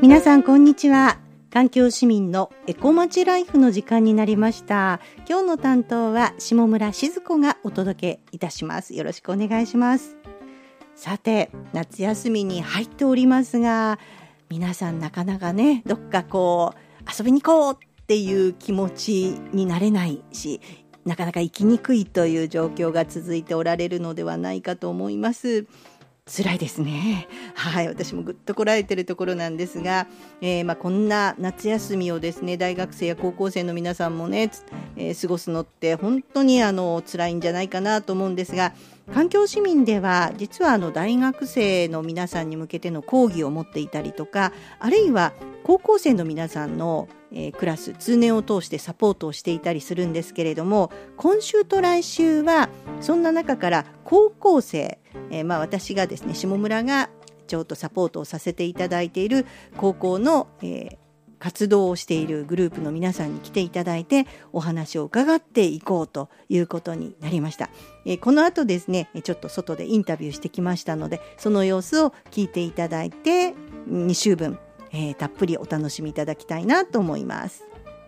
皆さんこんにちは。環境市民のエコまちライフの時間になりました。今日の担当は下村静子がお届けいたします。よろしくお願いします。さて、夏休みに入っておりますが、皆さんなかなかね、どっか遊びに行こうっていう気持ちになれないし、なかなか行きにくいという状況が続いておられるのではないかと思います。辛いですね。はい、私もぐっとこらえているところなんですが、こんな夏休みをですね、大学生や高校生の皆さんもね、過ごすのって本当に辛いんじゃないかなと思うんですが、環境市民では実は大学生の皆さんに向けての講義を持っていたりとか、あるいは高校生の皆さんの、クラス通年を通してサポートをしていたりするんですけれども、今週と来週はそんな中から高校生、私がですね、下村がちょっとサポートをさせていただいている高校の、活動をしているグループの皆さんに来ていただいてお話を伺っていこうということになりました。この後ですね、ちょっと外でインタビューしてきましたので、その様子を聞いていただいて2週分、たっぷりお楽しみいただきたいなと思います。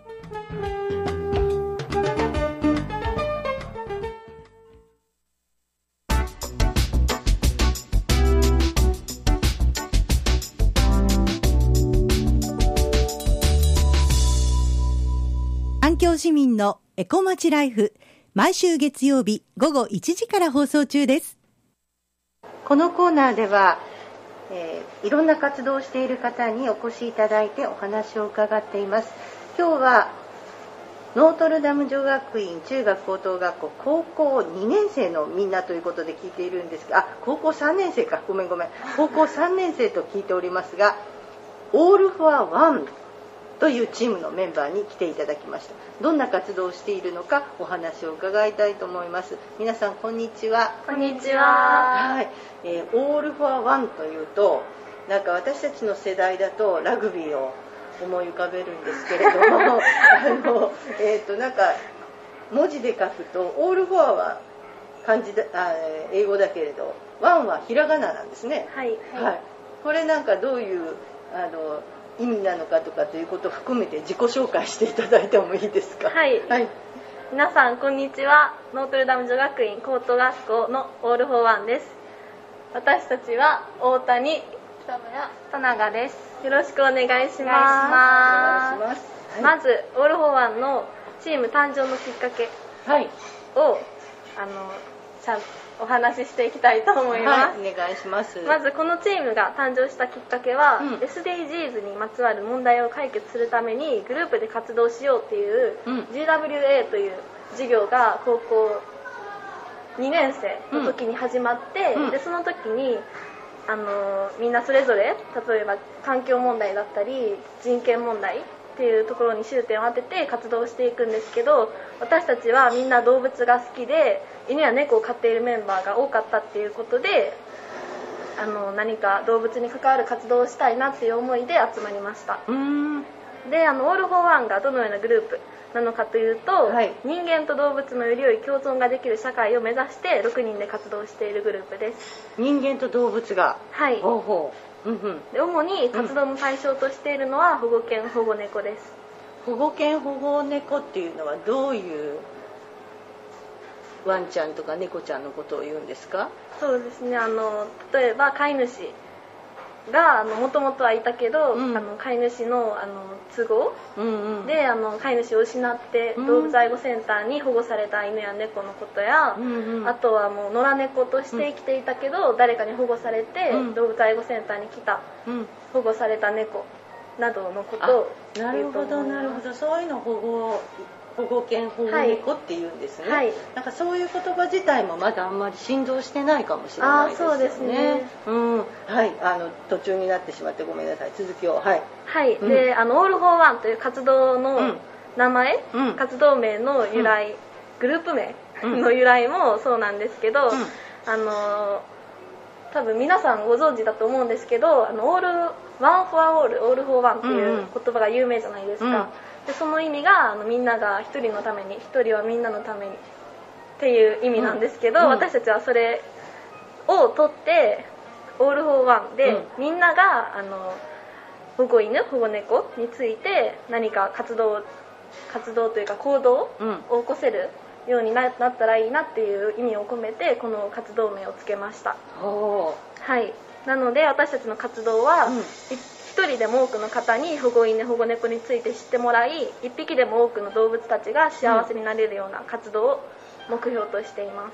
環境市民のエコまちライフ、毎週月曜日午後1時から放送中です。このコーナーでは、いろんな活動をしている方にお越しいただいてお話を伺っています。今日はノートルダム女学院中学高等学校高校2年生のみんなということで聞いているんですが、高校3年生か、ごめん高校3年生と聞いておりますが、オールフォアワンというチームのメンバーに来ていただきました。どんな活動をしているのかお話を伺いたいと思います。皆さんこんにちは。 こんにちは。 はい、オールフォアワンというと、なんか私たちの世代だとラグビーを思い浮かべるんですけれどもなんか文字で書くとオールフォアは英語だけれど、ワンはひらがななんですね。 はい、 はい、これなんかどういう意味なのかとかということを含めて自己紹介していただいてもいいですか。 はい、はい、皆さんこんにちは。ノートルダム女学院高等学校のオールフォーワンです。私たちは大谷、北村、田永です。よろしくお願いします。まずオールフォーワンのチーム誕生のきっかけを、お話ししていきたいと思います。 はい、お願いします。 まずこのチームが誕生したきっかけは、SDGs にまつわる問題を解決するためにグループで活動しようっていう、GWA という授業が高校2年生の時に始まって、でその時にみんなそれぞれ、例えば環境問題だったり人権問題っていうところに重点を当てて活動していくんですけど、私たちはみんな動物が好きで犬や猫を飼っているメンバーが多かったっていうことで、何か動物に関わる活動をしたいなっていう思いで集まりました。でオールフォーワンがどのようなグループなのかというと、人間と動物のより良い共存ができる社会を目指して6人で活動しているグループです。 人間と動物が、 はい、で主に活動の対象としているのは保護犬保護猫です。 保護犬保護猫っていうのはどういうワンちゃんとか猫ちゃんのことを言うんですか？ そうですね、例えば飼い主がもともとはいたけど、飼い主の都合、で飼い主を失って動物愛護センターに保護された犬や猫のことや、あとはもう野良猫として生きていたけど、誰かに保護されて、動物愛護センターに来た、保護された猫などのことをなるほどなるほど、そういうの保護犬保護猫っていうんですね。なんかそういう言葉自体もまだあんまり浸透してないかもしれないですよね。 そうですね。 はい、途中になってしまってごめんなさい。続きを。はい。 でオールフォーワンという活動の名前、活動名の由来、グループ名の由来もそうなんですけど、多分皆さんご存知だと思うんですけど、オールワンフォアオール、オールフォーワンっていう言葉が有名じゃないですか。でその意味がみんなが一人のために、一人はみんなのためにっていう意味なんですけど、私たちはそれを取ってオールフォーワンで、みんなが保護犬保護猫について何か活動というか行動を起こせるようになったらいいなっていう意味を込めてこの活動名をつけました。はい、なので私たちの活動は、一人でも多くの方に保護犬保護猫について知ってもらい、一匹でも多くの動物たちが幸せになれるような活動を目標としています。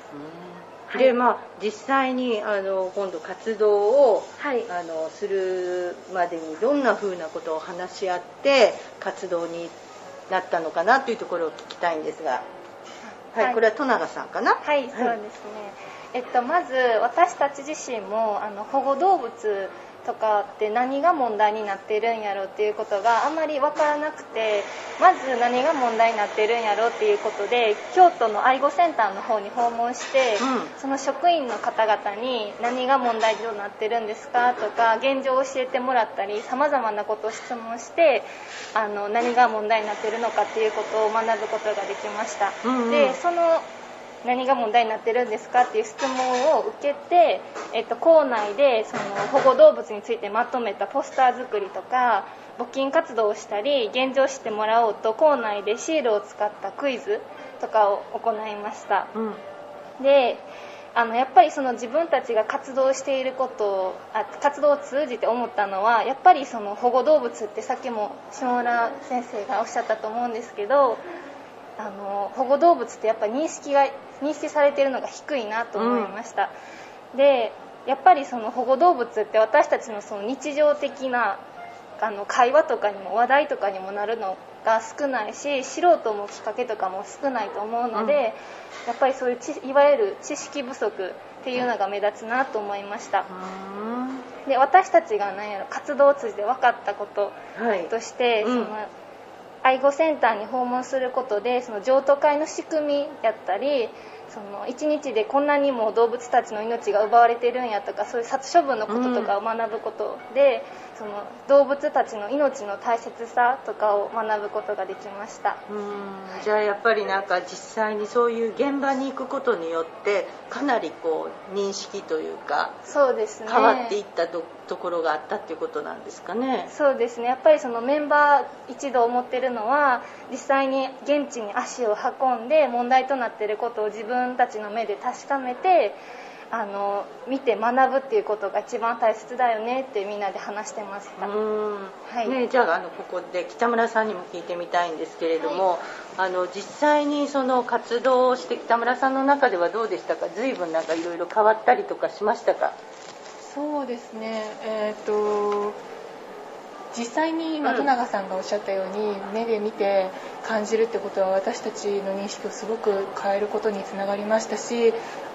で実際に今度活動を、するまでにどんな風なことを話し合って活動になったのかなというところを聞きたいんですが、これは戸永さんかな。 そうですね。まず私たち自身も保護動物とかって何が問題になっているんやろうっていうことがあまり分からなくて、まず何が問題になっているんやろうっていうことで京都の愛護センターの方に訪問して、その職員の方々に何が問題となってるんですかとか現状を教えてもらったり、さまざまなことを質問して何が問題になっているのかっていうことを学ぶことができました。でその何が問題になってるんですかっていう質問を受けて、校内でその保護動物についてまとめたポスター作りとか募金活動をしたり、現状を知ってもらおうと校内でシールを使ったクイズとかを行いました。でやっぱりその自分たちが活動していること活動を通じて思ったのは、やっぱりその保護動物ってさっきも下村先生がおっしゃったと思うんですけど、保護動物ってやっぱり認識されているのが低いなと思いました。でやっぱりその保護動物って私たちのその日常的な会話とかにも話題とかにもなるのが少ないし、知ろうと思うきっかけとかも少ないと思うので、やっぱりそういういわゆる知識不足っていうのが目立つなと思いました。で私たちが活動を通じて分かったこととして、その愛護センターに訪問することでその譲渡会の仕組みやったり、その1日でこんなにも動物たちの命が奪われてるんやとか、そういう殺処分のこととかを学ぶことで、その動物たちの命の大切さとかを学ぶことができました。 じゃあやっぱり実際にそういう現場に行くことによってかなり認識というか、 そうですね、 変わっていったところがあったっていうことなんですかね。 そうですね、やっぱりそのメンバー一同思ってるのは、実際に現地に足を運んで問題となっていることを自分たちの目で確かめて見て学ぶっていうことが一番大切だよねってみんなで話してました。 じゃあここで北村さんにも聞いてみたいんですけれども、実際にその活動をして北村さんの中ではどうでしたか。随分いろいろ変わったりとかしましたか。 そうですね、実際に今戸永さんがおっしゃったように、目で見て感じるってことは私たちの認識をすごく変えることにつながりましたし、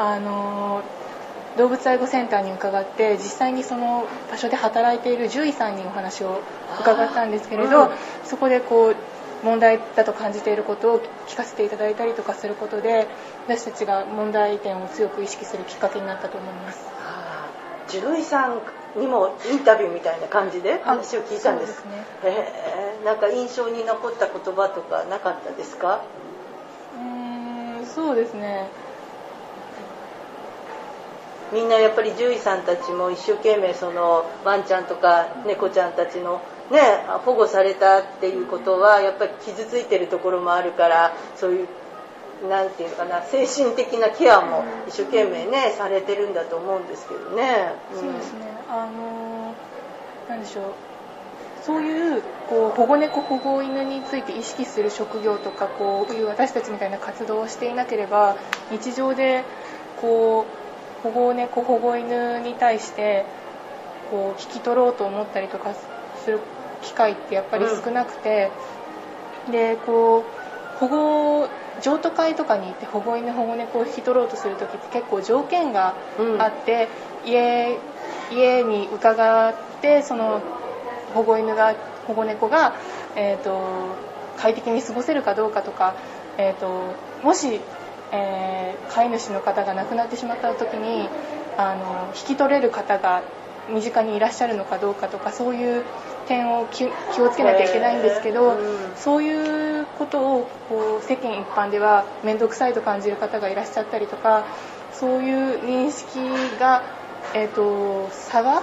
動物愛護センターに伺って実際にその場所で働いている獣医さんにお話を伺ったんですけれど、そこで問題だと感じていることを聞かせていただいたりとかすることで、私たちが問題点を強く意識するきっかけになったと思います。 獣医さんにもインタビューみたいな感じで話を聞いたんです。印象に残った言葉とかなかったですか。 そうですね、 みんなやっぱり獣医さんたちも一生懸命そのワンちゃんとか猫ちゃんたちの保護されたっていうことはやっぱり傷ついてるところもあるから、そういうなんていうのかな、精神的なケアも一生懸命されてるんだと思うんですけどね。 そうですね、なんでしょう、そういう保護猫保護犬について意識する職業とかこういう私たちみたいな活動をしていなければ、日常で保護猫保護犬に対して聞き取ろうと思ったりとかする機会ってやっぱり少なくて、で譲渡会とかに行って保護犬保護猫を引き取ろうとするときって結構条件があって、家に伺ってその保護猫が、快適に過ごせるかどうかとか、もし、飼い主の方が亡くなってしまったときに引き取れる方が身近にいらっしゃるのかどうかとか、そういう点を気をつけなきゃいけないんですけど、そういうことを世間一般では面倒くさいと感じる方がいらっしゃったりとか、そういう認識が、差が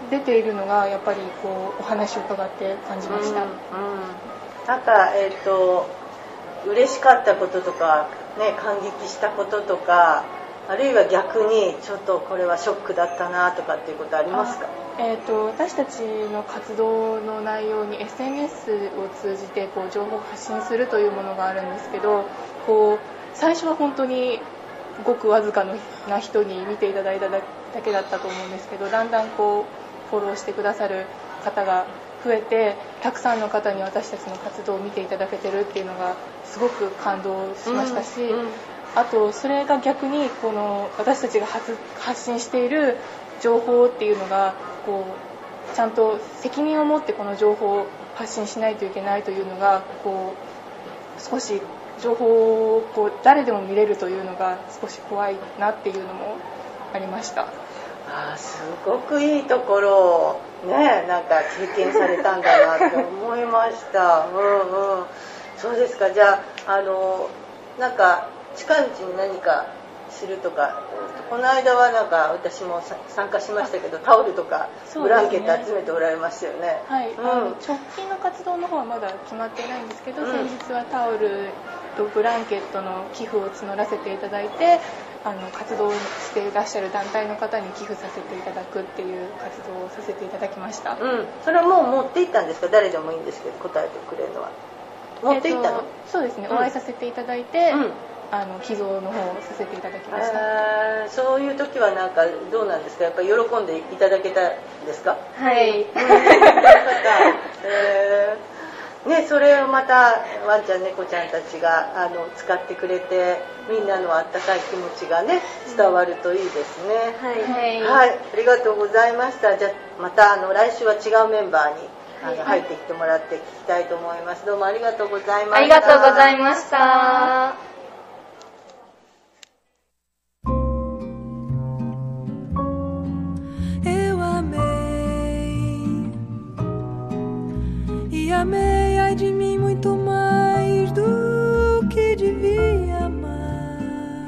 出ているのがやっぱりお話を伺って感じました。 なんか嬉しかったこととかね、感激したこととか、あるいは逆にちょっとこれはショックだったなとかっていうことありますか？ 私たちの活動の内容に SNS を通じて情報を発信するというものがあるんですけど、最初は本当にごくわずかな人に見ていただいただけだったと思うんですけど、だんだんフォローしてくださる方が増えて、たくさんの方に私たちの活動を見ていただけてるっていうのがすごく感動しましたし、あとそれが逆に私たちが発信している情報っていうのがちゃんと責任を持ってこの情報を発信しないといけないというのが少し情報を誰でも見れるというのが少し怖いなっていうのもありました。 すごくいいところをね、なんか経験されたんだなって思いました。そうですか。じゃあなんか近いうちに何かするとか、この間はなんか私も参加しましたけど、タオルとかブランケット集めておられましたよね。 はい、直近の活動の方はまだ決まっていないんですけど、先日はタオルとブランケットの寄付を募らせていただいて、活動していらっしゃる団体の方に寄付させていただくっていう活動をさせていただきました。 それはもう持って行ったんですか？誰でもいいんですけど答えてくれるのは。持って行ったの？ そうですね、お会いさせていただいて、寄贈の方をさせていただきました。 そういう時はなんかどうなんですか？やっぱり喜んでいただけたんですか？ はい。 ね、それをまたワンちゃん猫ちゃんたちが使ってくれて、みんなのあったかい気持ちがね伝わるといいですね。はい、ありがとうございました。じゃあまた来週は違うメンバーに入ってきてもらって聞きたいと思います。どうもありがとうございました。 ありがとうございました。 Amei, ai de mim, muito mais do que devia amar.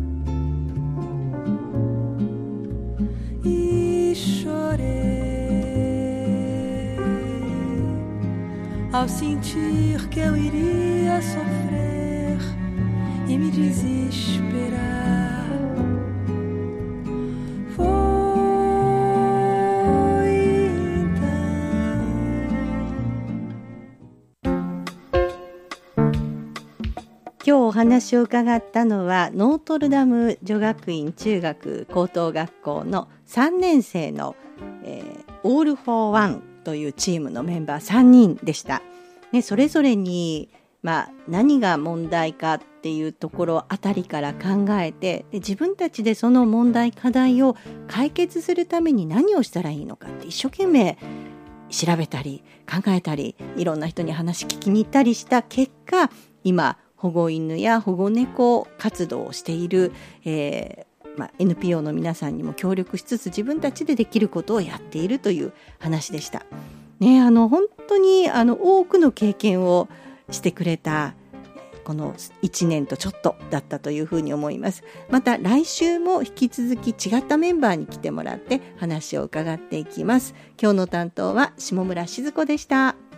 E chorei ao sentir que eu iria sofrer e me desesperar. 今日お話を伺ったのはノートルダム女学院中学高等学校の3年生の、オールフォーワンというチームのメンバー3人でした、ね、それぞれに、何が問題かっていうところあたりから考えて、で自分たちでその問題課題を解決するために何をしたらいいのかって一生懸命調べたり考えたり、いろんな人に話聞きに行ったりした結果、今保護犬や保護猫活動をしている、NPO の皆さんにも協力しつつ自分たちでできることをやっているという話でした、ね、本当に多くの経験をしてくれたこの1年とちょっとだったというふうに思います。また来週も引き続き違ったメンバーに来てもらって話を伺っていきます。今日の担当は下村静子でした。